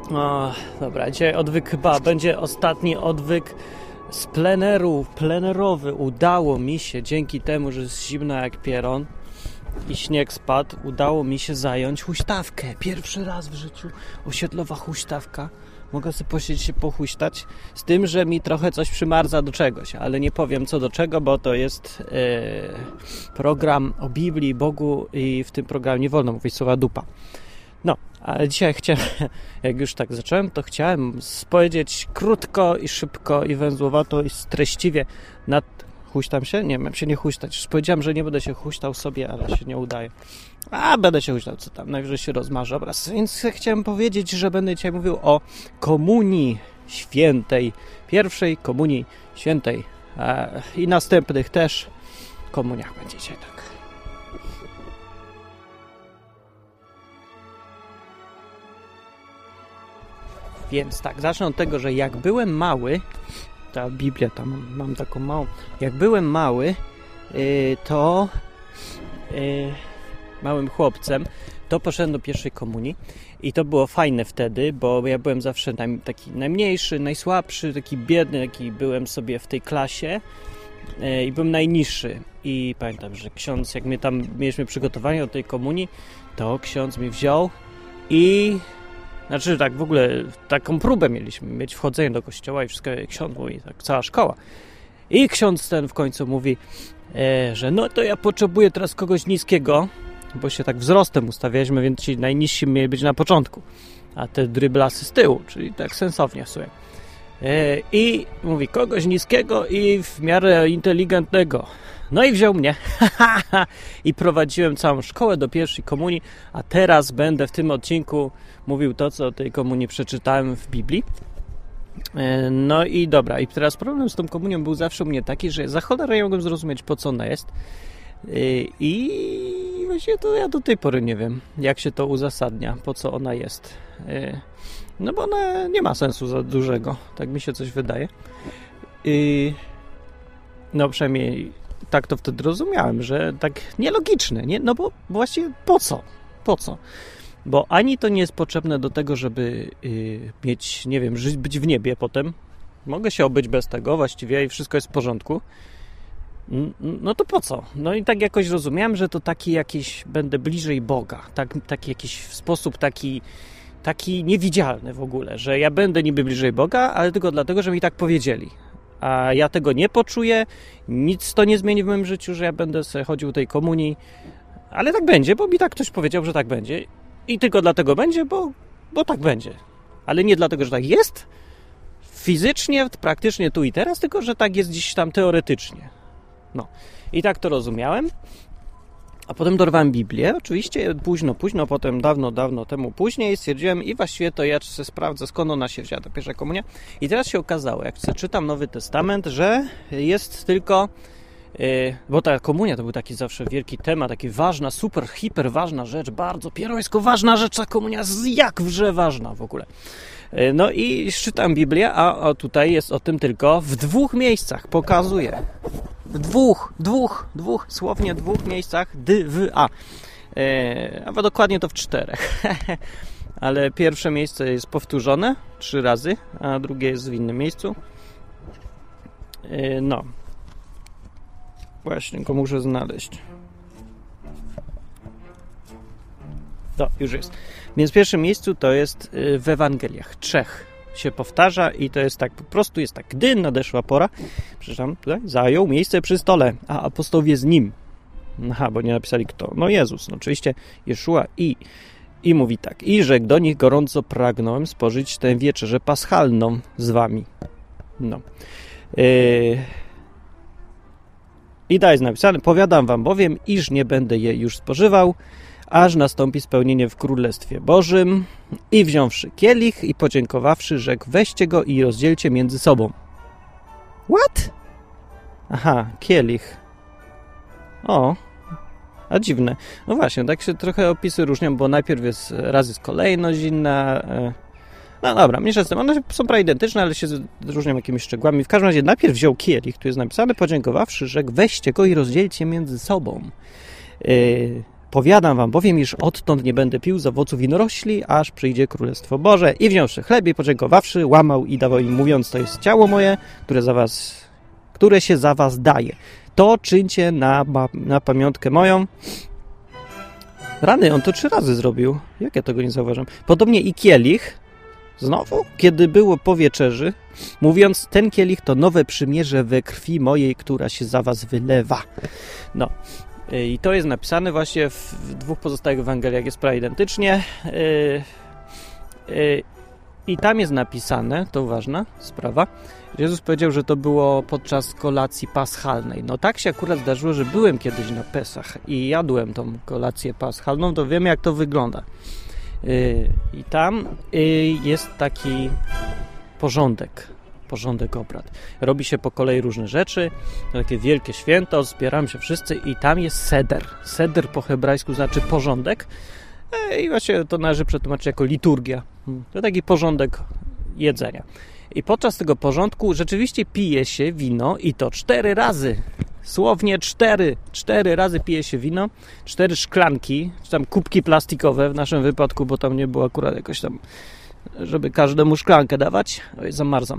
O, dobra, dzisiaj odwyk chyba będzie ostatni odwyk z plenerowy. Udało mi się, dzięki temu, że jest zimno jak pieron i śnieg spadł, udało mi się zająć huśtawkę. Pierwszy raz w życiu osiedlowa huśtawka. Mogę sobie posiedzieć się pohuśtać, z tym, że mi trochę coś przymarza do czegoś, ale nie powiem co do czego, bo to jest program o Biblii, Bogu i w tym programie nie wolno mówić słowa dupa. No, ale dzisiaj chciałem, jak już tak zacząłem, to chciałem powiedzieć krótko i szybko i węzłowato i treściwie huśtam się? Nie, mam się nie huśtać. Już powiedziałem, że nie będę się huśtał sobie, ale się nie udaje. A, będę się huśtał, co tam, najwyżej się rozmarzę obraz. Więc chciałem powiedzieć, że będę dzisiaj mówił o Komunii Świętej. Pierwszej Komunii Świętej. I następnych też komuniach będzie dzisiaj tak. Więc tak, zacznę od tego, że jak byłem mały, ta Biblia tam mam taką małą, jak byłem mały, to małym chłopcem, to poszedłem do pierwszej komunii i to było fajne wtedy, bo ja byłem zawsze taki najmniejszy, najsłabszy, taki biedny, taki byłem sobie w tej klasie i byłem najniższy. I pamiętam, że ksiądz, jak my tam mieliśmy przygotowanie do tej komunii, to ksiądz mi wziął i znaczy tak w ogóle taką próbę mieliśmy mieć wchodzenie do kościoła i wszystko, ksiądz mówi, tak cała szkoła. I ksiądz ten w końcu mówi, że no to ja potrzebuję teraz kogoś niskiego, bo się tak wzrostem ustawialiśmy, więc ci najniżsi mieli być na początku, a te dryblasy z tyłu, czyli tak sensownie w sumie. I mówi, kogoś niskiego i w miarę inteligentnego. No i wziął mnie i prowadziłem całą szkołę do pierwszej komunii, a teraz będę w tym odcinku mówił to, co o tej komunii przeczytałem w Biblii. No i dobra, i teraz problem z tą komunią był zawsze u mnie taki, że za cholerę ja mogłem zrozumieć, po co ona jest. I właśnie to ja do tej pory nie wiem, jak się to uzasadnia, po co ona jest. No bo ona nie ma sensu za dużego, tak mi się coś wydaje. No przynajmniej tak to wtedy rozumiałem, że tak nielogiczne, nie? No bo właściwie po co? Po co? Bo ani to nie jest potrzebne do tego, żeby mieć, nie wiem, być w niebie potem. Mogę się obyć bez tego właściwie i wszystko jest w porządku. No to po co? No i tak jakoś rozumiałem, że to taki jakiś, będę bliżej Boga. Taki jakiś sposób taki niewidzialny w ogóle, że ja będę niby bliżej Boga, ale tylko dlatego, że mi tak powiedzieli. A ja tego nie poczuję, nic to nie zmieni w moim życiu, że ja będę sobie chodził tej komunii, ale tak będzie, bo mi tak ktoś powiedział, że tak będzie i tylko dlatego będzie, bo tak będzie. Ale nie dlatego, że tak jest fizycznie, praktycznie tu i teraz, tylko że tak jest gdzieś tam teoretycznie. No i tak to rozumiałem. A potem dorwałem Biblię, oczywiście późno, potem dawno temu później stwierdziłem i właściwie to ja sprawdzę, skąd ona się wzięła, ta pierwsza komunia. I teraz się okazało, jak czytam Nowy Testament, że jest tylko, bo ta komunia to był taki zawsze wielki temat, taki ważna, super, hiper ważna rzecz, bardzo pierońsko ważna rzecz, ta komunia jak wrze ważna w ogóle. No i czytam Biblię, a tutaj jest o tym tylko w 2 miejscach, pokazuje. W dosłownie 2 miejscach a dokładnie to w 4. Ale pierwsze miejsce jest powtórzone 3 razy, a drugie jest w innym miejscu. No. Właśnie, go muszę znaleźć. No, już jest. Więc w pierwszym miejscu to jest w Ewangeliach 3 się powtarza i to jest tak, po prostu jest tak, gdy nadeszła pora, przepraszam, tutaj, zajął miejsce przy stole, a apostołowie z nim. Aha, bo nie napisali kto. No Jezus, no oczywiście Jeszua i mówi tak, i rzekł do nich, gorąco pragnąłem spożyć tę wieczerzę paschalną z wami. No. I dalej jest napisane, powiadam wam bowiem, iż nie będę jej już spożywał, aż nastąpi spełnienie w Królestwie Bożym. I wziąwszy kielich i podziękowawszy, rzekł, weźcie go i rozdzielcie między sobą. What? Aha, kielich. O, a dziwne. No właśnie, tak się trochę opisy różnią, bo najpierw jest kolejność inna. No dobra, mniejsza z tym. One są prawie identyczne, ale się różnią jakimiś szczegółami. W każdym razie najpierw wziął kielich, tu jest napisane, podziękowawszy, rzekł, weźcie go i rozdzielcie między sobą. Powiadam wam bowiem, iż odtąd nie będę pił z owoców winorośli, aż przyjdzie Królestwo Boże. I wziąwszy chleb i podziękowawszy, łamał i dawał im, mówiąc, to jest ciało moje, które się za was daje. To czyńcie na pamiątkę moją. Rany, on to 3 razy zrobił. Jak ja tego nie zauważyłem? Podobnie i kielich, znowu, kiedy było po wieczerzy, mówiąc, ten kielich to nowe przymierze we krwi mojej, która się za was wylewa. No. I to jest napisane właśnie w 2 pozostałych Ewangeliach, jest prawie identycznie. I tam jest napisane, to ważna sprawa, Jezus powiedział, że to było podczas kolacji paschalnej. No tak się akurat zdarzyło, że byłem kiedyś na Pesach i jadłem tą kolację paschalną, to wiem, jak to wygląda. I tam jest taki porządek obrad. Robi się po kolei różne rzeczy, takie wielkie święto, zbieramy się wszyscy i tam jest seder. Seder po hebrajsku znaczy porządek i właśnie to należy przetłumaczyć jako liturgia. To taki porządek jedzenia. I podczas tego porządku rzeczywiście pije się wino i to 4 razy. Słownie 4 razy pije się wino, 4 szklanki, czy tam kubki plastikowe w naszym wypadku, bo tam nie było akurat jakoś tam, żeby każdemu szklankę dawać. Oj, zamarzam.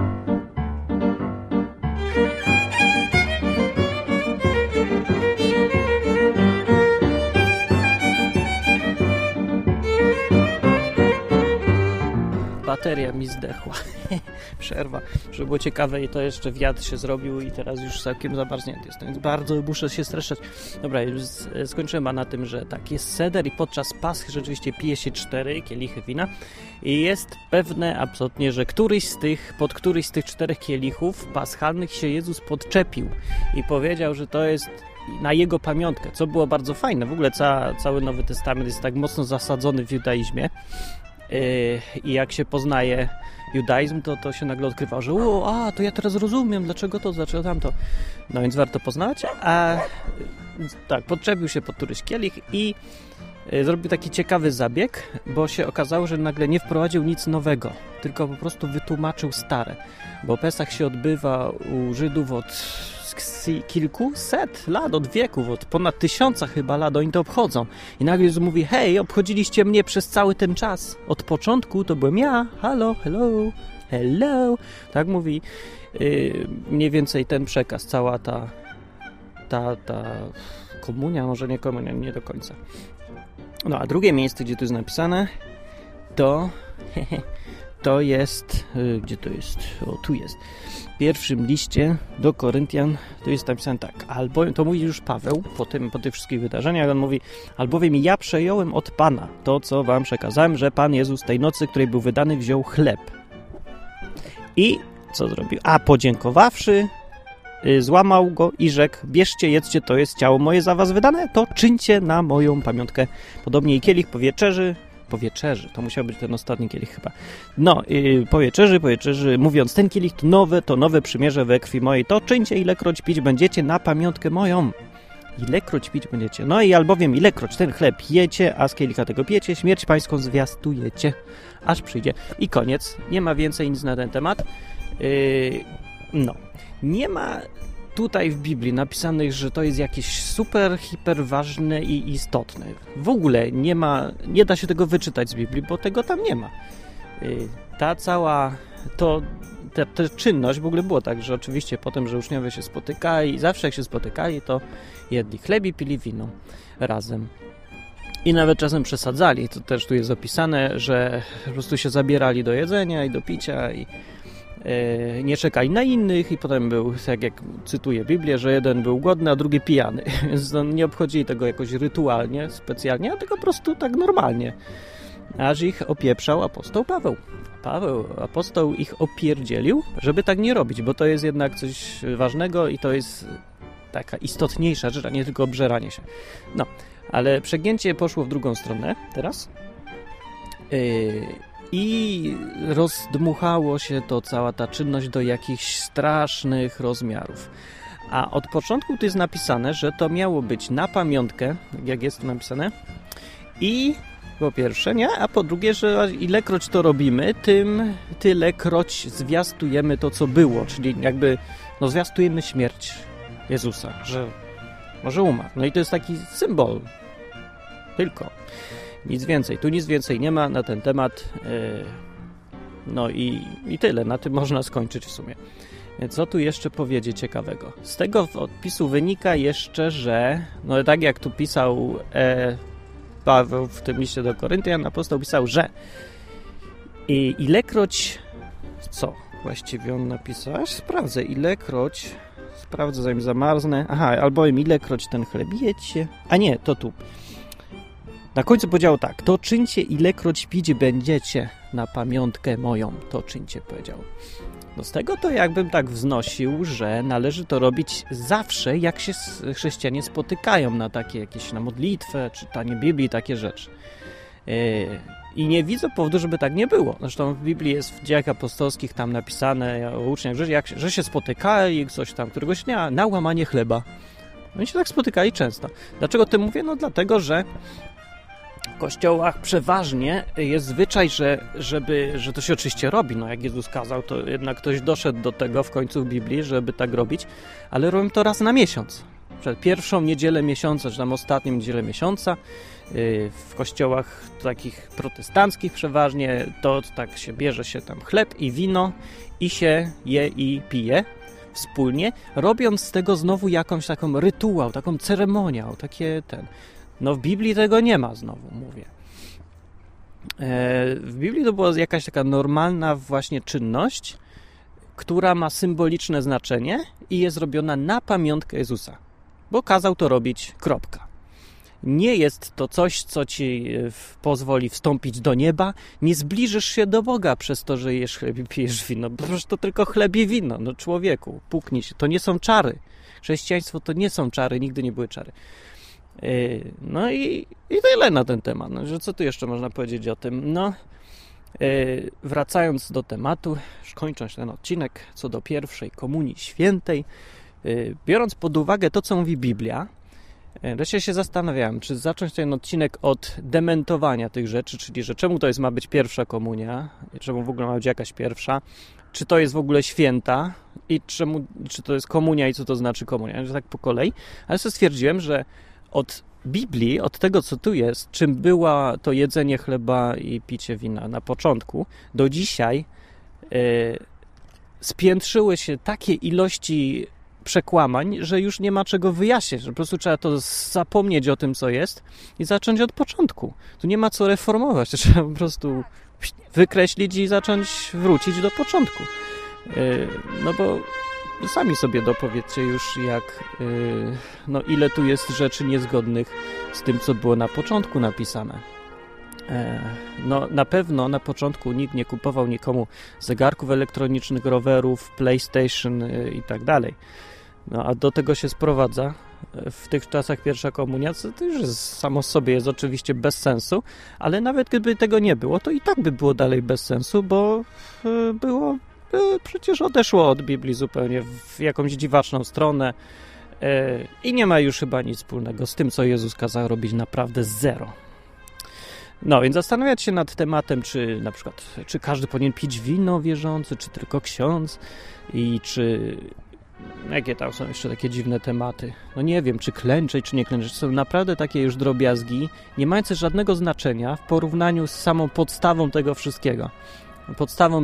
Bateria mi zdechła. Przerwa. Żeby było ciekawe i to jeszcze wiatr się zrobił i teraz już całkiem zamarznięty jest. Więc bardzo muszę się streszczać. Dobra, już skończyłem na tym, że tak, jest seder i podczas Paschy rzeczywiście pije się 4 kielichy wina i jest pewne absolutnie, że pod któryś z tych 4 kielichów paschalnych się Jezus podczepił i powiedział, że to jest na jego pamiątkę, co było bardzo fajne. W ogóle cały Nowy Testament jest tak mocno zasadzony w judaizmie. I jak się poznaje judaizm, to się nagle odkrywa, że to ja teraz rozumiem, dlaczego tamto. No więc warto poznać. A tak, podczepił się pod któryś kielich i zrobił taki ciekawy zabieg, bo się okazało, że nagle nie wprowadził nic nowego, tylko po prostu wytłumaczył stare. Bo Pesach się odbywa u Żydów od kilkuset lat, od wieków, od ponad 1000 chyba lat, oni to obchodzą. I nagle Jezus mówi, hej, obchodziliście mnie przez cały ten czas. Od początku to byłem ja, hello. Tak mówi mniej więcej ten przekaz, cała ta komunia, może nie komunia, nie do końca. No a drugie miejsce, gdzie to jest napisane, to jest, gdzie to jest? Tu jest. W pierwszym liście do Koryntian to jest napisane tak, albowiem, to mówi już Paweł po tych wszystkich wydarzeniach, on mówi, albowiem ja przejąłem od Pana to, co wam przekazałem, że Pan Jezus tej nocy, której był wydany, wziął chleb. I co zrobił? A podziękowawszy, złamał go i rzekł, bierzcie, jedzcie, to jest ciało moje za was wydane, to czyńcie na moją pamiątkę. Podobnie i kielich po wieczerzy, to musiał być ten ostatni kielich chyba. No, po wieczerzy, mówiąc, ten kielich to nowe przymierze we krwi mojej, to czyńcie, ilekroć pić będziecie na pamiątkę moją. Ilekroć pić będziecie. No i albowiem ilekroć ten chleb jecie, a z kielicha tego pijecie, śmierć pańską zwiastujecie, aż przyjdzie. I koniec. Nie ma więcej nic na ten temat. Nie ma tutaj w Biblii napisanych, że to jest jakieś super, hiper ważne i istotne. W ogóle nie da się tego wyczytać z Biblii, bo tego tam nie ma. Ta cała, ta czynność w ogóle było tak, że oczywiście potem, że uczniowie się spotykali, zawsze jak się spotykali, to jedli chleb i pili wino razem. I nawet czasem przesadzali, to też tu jest opisane, że po prostu się zabierali do jedzenia i do picia i nie czekali na innych i potem był, tak jak cytuję Biblię, że jeden był głodny, a drugi pijany. Więc nie obchodzili tego jakoś rytualnie, specjalnie, a tylko po prostu tak normalnie. Aż ich opieprzał apostoł Paweł. Apostoł ich opierdzielił, żeby tak nie robić, bo to jest jednak coś ważnego i to jest taka istotniejsza rzecz, a nie tylko obżeranie się. No, ale przegięcie poszło w drugą stronę teraz. I rozdmuchało się to, cała ta czynność do jakichś strasznych rozmiarów. A od początku tu jest napisane, że to miało być na pamiątkę, jak jest tu napisane, i po pierwsze, nie? A po drugie, że ilekroć to robimy, tylekroć zwiastujemy to, co było, czyli jakby zwiastujemy śmierć Jezusa, że może umarł. No i to jest taki symbol Tylko. Nic więcej. Tu nic więcej nie ma na ten temat. No i tyle. Na tym można skończyć w sumie. Co tu jeszcze powiedzieć ciekawego? Z tego odpisu wynika jeszcze, że no tak jak tu pisał Paweł w tym liście do Koryntian, apostoł pisał, że ilekroć... Co właściwie on napisał? Aż sprawdzę. Sprawdzę, zanim zamarznę. Aha, albowiem ilekroć ten chleb jecie... A nie, to tu. Na końcu powiedział tak. To czyńcie, ilekroć pić będziecie na pamiątkę moją. To czyńcie, powiedział. No z tego to jakbym tak wznosił, że należy to robić zawsze, jak się chrześcijanie spotykają na takie jakieś, na modlitwę, czytanie Biblii, takie rzeczy. I nie widzę powodu, żeby tak nie było. Zresztą w Biblii jest w Dziejach Apostolskich tam napisane o uczniach, że się spotykali coś tam któregoś dnia na łamanie chleba. Oni się tak spotykali często. Dlaczego o tym mówię? No dlatego, że w kościołach przeważnie jest zwyczaj, że to się oczywiście robi. No jak Jezus kazał, to jednak ktoś doszedł do tego w końcu w Biblii, żeby tak robić, ale robią to raz na miesiąc. Przed pierwszą niedzielę miesiąca, czy tam ostatnią niedzielę miesiąca w kościołach takich protestanckich przeważnie to tak się bierze się tam chleb i wino i się je i pije wspólnie, robiąc z tego znowu jakąś taką rytuał, taką ceremoniał, No w Biblii tego nie ma, znowu mówię. W Biblii to była jakaś taka normalna właśnie czynność, która ma symboliczne znaczenie i jest robiona na pamiątkę Jezusa, bo kazał to robić, kropka. Nie jest to coś, co ci pozwoli wstąpić do nieba. Nie zbliżysz się do Boga przez to, że jesz chleb i pijesz wino. Bo przecież to tylko chleb i wino. No człowieku, puknij się. To nie są czary. Chrześcijaństwo to nie są czary. Nigdy nie były czary. No i tyle na ten temat. No, że co tu jeszcze można powiedzieć o tym? No, wracając do tematu, już kończąc ten odcinek, co do pierwszej komunii świętej, biorąc pod uwagę to, co mówi Biblia, wreszcie się zastanawiałem, czy zacząć ten odcinek od dementowania tych rzeczy, czyli że czemu to ma być pierwsza komunia, czemu w ogóle ma być jakaś pierwsza, czy to jest w ogóle święta i czy to jest komunia i co to znaczy komunia, że tak po kolei, ale sobie stwierdziłem, że od Biblii, od tego, co tu jest, czym było to jedzenie chleba i picie wina na początku, do dzisiaj spiętrzyły się takie ilości przekłamań, że już nie ma czego wyjaśnić, że po prostu trzeba to zapomnieć o tym, co jest i zacząć od początku. Tu nie ma co reformować, to trzeba po prostu wykreślić i wrócić do początku. No bo sami sobie dopowiedzcie już, ile tu jest rzeczy niezgodnych z tym, co było na początku napisane. No na pewno na początku nikt nie kupował nikomu zegarków elektronicznych, rowerów, PlayStation i tak dalej. No a do tego się sprowadza w tych czasach pierwsza komunia, co to już samo sobie jest oczywiście bez sensu, ale nawet gdyby tego nie było, to i tak by było dalej bez sensu, bo przecież odeszło od Biblii zupełnie w jakąś dziwaczną stronę i nie ma już chyba nic wspólnego z tym, co Jezus kazał robić, naprawdę zero. No, więc zastanawiać się nad tematem, czy na przykład, czy każdy powinien pić wino wierzący, czy tylko ksiądz i jakie tam są jeszcze takie dziwne tematy. No nie wiem, czy klęczeć, czy nie klęczeć. Są naprawdę takie już drobiazgi, nie mające żadnego znaczenia w porównaniu z samą podstawą tego wszystkiego. Podstawą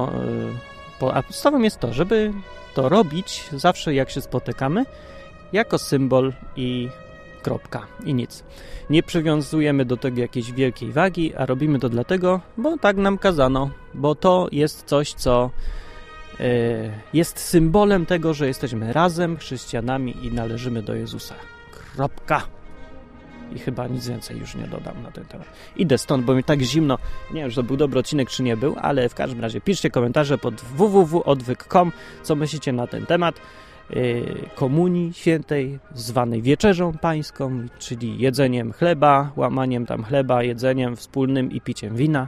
jest to, żeby to robić zawsze jak się spotykamy, jako symbol i kropka i nic. Nie przywiązujemy do tego jakiejś wielkiej wagi, a robimy to dlatego, bo tak nam kazano, bo to jest coś, co jest symbolem tego, że jesteśmy razem chrześcijanami i należymy do Jezusa. Kropka. I chyba nic więcej już nie dodam na ten temat. Idę stąd, bo mi tak zimno. Nie wiem, czy to był dobry odcinek, czy nie był, ale w każdym razie piszcie komentarze pod www.odwyk.com, co myślicie na ten temat komunii świętej, zwanej wieczerzą pańską, czyli jedzeniem chleba, łamaniem tam chleba, jedzeniem wspólnym i piciem wina.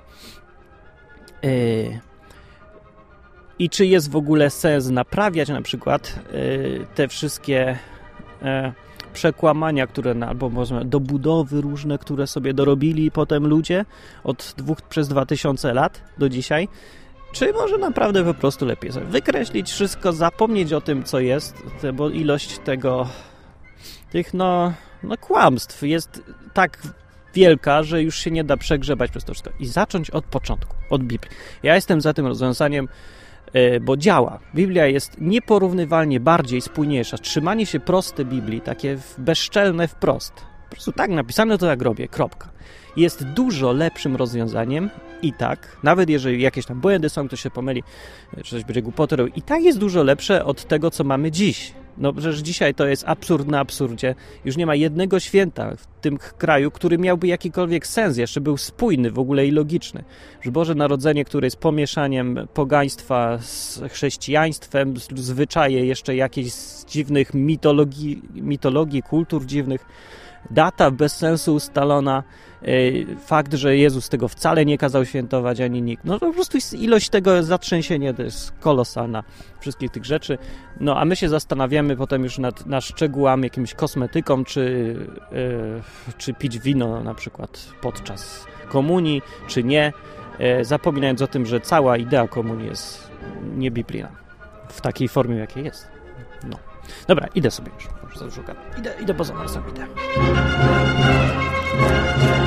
I czy jest w ogóle sens naprawiać na przykład te wszystkie przekłamania, albo może dobudowy różne, które sobie dorobili potem ludzie przez 2000 lat do dzisiaj, czy może naprawdę po prostu lepiej sobie wykreślić wszystko, zapomnieć o tym, co jest, bo ilość tych kłamstw jest tak wielka, że już się nie da przegrzebać przez to wszystko. I zacząć od początku, od Biblii. Ja jestem za tym rozwiązaniem, bo działa. Biblia jest nieporównywalnie bardziej spójniejsza. Trzymanie się proste Biblii, takie bezczelne wprost. Po prostu tak napisane, to tak robię, kropka. Jest dużo lepszym rozwiązaniem i tak, nawet jeżeli jakieś tam błędy są, ktoś się pomyli, czy coś będzie głupotę robił, i tak jest dużo lepsze od tego, co mamy dziś. No przecież dzisiaj to jest absurd na absurdzie. Już nie ma jednego święta w tym kraju, który miałby jakikolwiek sens, jeszcze był spójny w ogóle i logiczny. Że Boże Narodzenie, które jest pomieszaniem pogaństwa z chrześcijaństwem, zwyczaje jeszcze jakichś dziwnych mitologii, kultur dziwnych, data bez sensu ustalona, fakt, że Jezus tego wcale nie kazał świętować ani nikt. No po prostu ilość tego zatrzęsienia to jest kolosalna, wszystkich tych rzeczy. No a my się zastanawiamy potem już nad szczegółami, jakimś kosmetyką, czy pić wino na przykład podczas komunii, czy nie, zapominając o tym, że cała idea komunii jest niebiblijna w takiej formie, jakiej jest. No. Dobra, idę sobie już. Idę poza nas, idę.